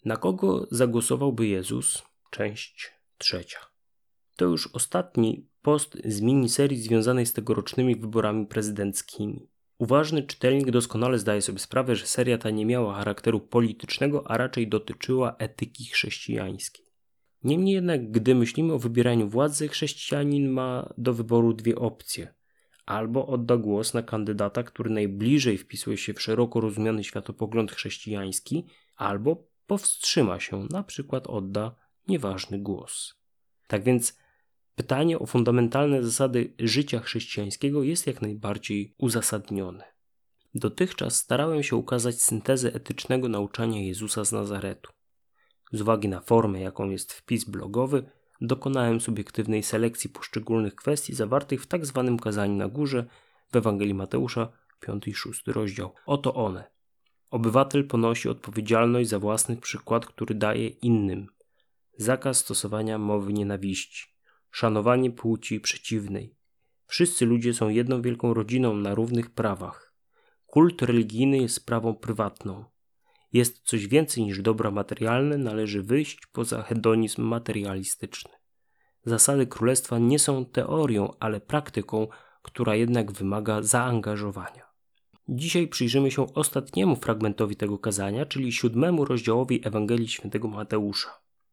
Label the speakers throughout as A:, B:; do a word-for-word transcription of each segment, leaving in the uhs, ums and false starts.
A: Na kogo zagłosowałby Jezus? Część trzecia. To już ostatni post z miniserii związanej z tegorocznymi wyborami prezydenckimi. Uważny czytelnik doskonale zdaje sobie sprawę, że seria ta nie miała charakteru politycznego, a raczej dotyczyła etyki chrześcijańskiej. Niemniej jednak, gdy myślimy o wybieraniu władzy, chrześcijanin ma do wyboru dwie opcje. Albo odda głos na kandydata, który najbliżej wpisuje się w szeroko rozumiany światopogląd chrześcijański, albo powstrzyma się, na przykład odda nieważny głos. Tak więc pytanie o fundamentalne zasady życia chrześcijańskiego jest jak najbardziej uzasadnione. Dotychczas starałem się ukazać syntezę etycznego nauczania Jezusa z Nazaretu. Z uwagi na formę, jaką jest wpis blogowy, dokonałem subiektywnej selekcji poszczególnych kwestii zawartych w tak zwanym kazaniu na górze w Ewangelii Mateusza, piąty i szósty rozdział. Oto one. Obywatel ponosi odpowiedzialność za własny przykład, który daje innym. Zakaz stosowania mowy nienawiści. Szanowanie płci przeciwnej. Wszyscy ludzie są jedną wielką rodziną na równych prawach. Kult religijny jest sprawą prywatną. Jest coś więcej niż dobra materialne, należy wyjść poza hedonizm materialistyczny. Zasady królestwa nie są teorią, ale praktyką, która jednak wymaga zaangażowania. Dzisiaj przyjrzymy się ostatniemu fragmentowi tego kazania, czyli siódmemu rozdziałowi Ewangelii Świętego Mateusza.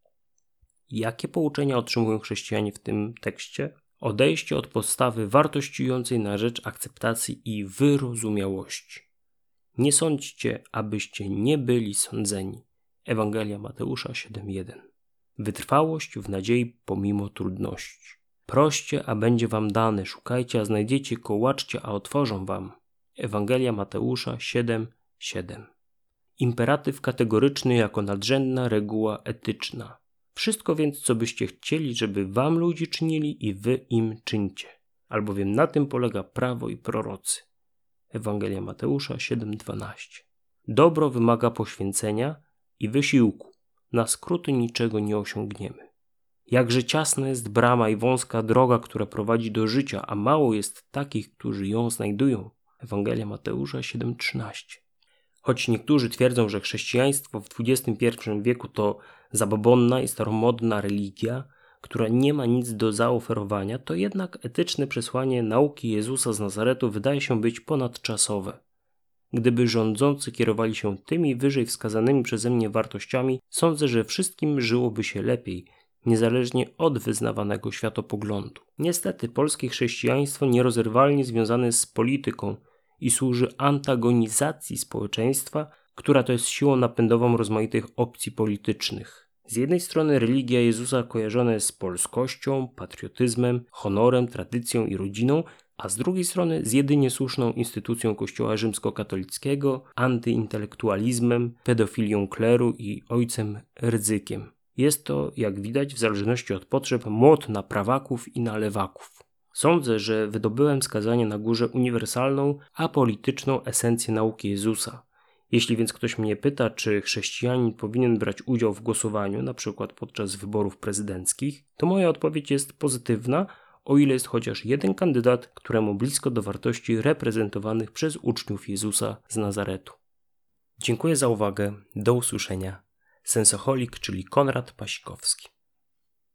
A: Jakie pouczenia otrzymują chrześcijanie w tym tekście? Odejście od podstawy wartościującej na rzecz akceptacji i wyrozumiałości. Nie sądźcie, abyście nie byli sądzeni. Ewangelia Mateusza siedem jeden. Wytrwałość w nadziei pomimo trudności. Proście, a będzie wam dane, szukajcie, a znajdziecie, kołaczcie, a otworzą wam. Ewangelia Mateusza siedem siedem. Imperatyw kategoryczny jako nadrzędna reguła etyczna. Wszystko więc, co byście chcieli, żeby wam ludzie czynili i wy im czyńcie. Albowiem na tym polega prawo i prorocy. Ewangelia Mateusza siedem dwanaście. Dobro wymaga poświęcenia i wysiłku. Na skróty niczego nie osiągniemy. Jakże ciasna jest brama i wąska droga, która prowadzi do życia, a mało jest takich, którzy ją znajdują. Ewangelia Mateusza siedem trzynaście. Choć niektórzy twierdzą, że chrześcijaństwo w dwudziestym pierwszym wieku to zabobonna i staromodna religia, która nie ma nic do zaoferowania, to jednak etyczne przesłanie nauki Jezusa z Nazaretu wydaje się być ponadczasowe. Gdyby rządzący kierowali się tymi wyżej wskazanymi przeze mnie wartościami, sądzę, że wszystkim żyłoby się lepiej, niezależnie od wyznawanego światopoglądu. Niestety polskie chrześcijaństwo nierozerwalnie związane jest z polityką i służy antagonizacji społeczeństwa, która to jest siłą napędową rozmaitych opcji politycznych. Z jednej strony religia Jezusa kojarzona jest z polskością, patriotyzmem, honorem, tradycją i rodziną, a z drugiej strony z jedynie słuszną instytucją Kościoła rzymskokatolickiego, antyintelektualizmem, pedofilią kleru i ojcem Rydzykiem. Jest to, jak widać, w zależności od potrzeb, młot na prawaków i na lewaków. Sądzę, że wydobyłem z kazania na górze uniwersalną, apolityczną esencję nauki Jezusa. Jeśli więc ktoś mnie pyta, czy chrześcijanin powinien brać udział w głosowaniu, na przykład podczas wyborów prezydenckich, to moja odpowiedź jest pozytywna, o ile jest chociaż jeden kandydat, któremu blisko do wartości reprezentowanych przez uczniów Jezusa z Nazaretu. Dziękuję za uwagę, do usłyszenia. Sensoholik, czyli Konrad Pasikowski.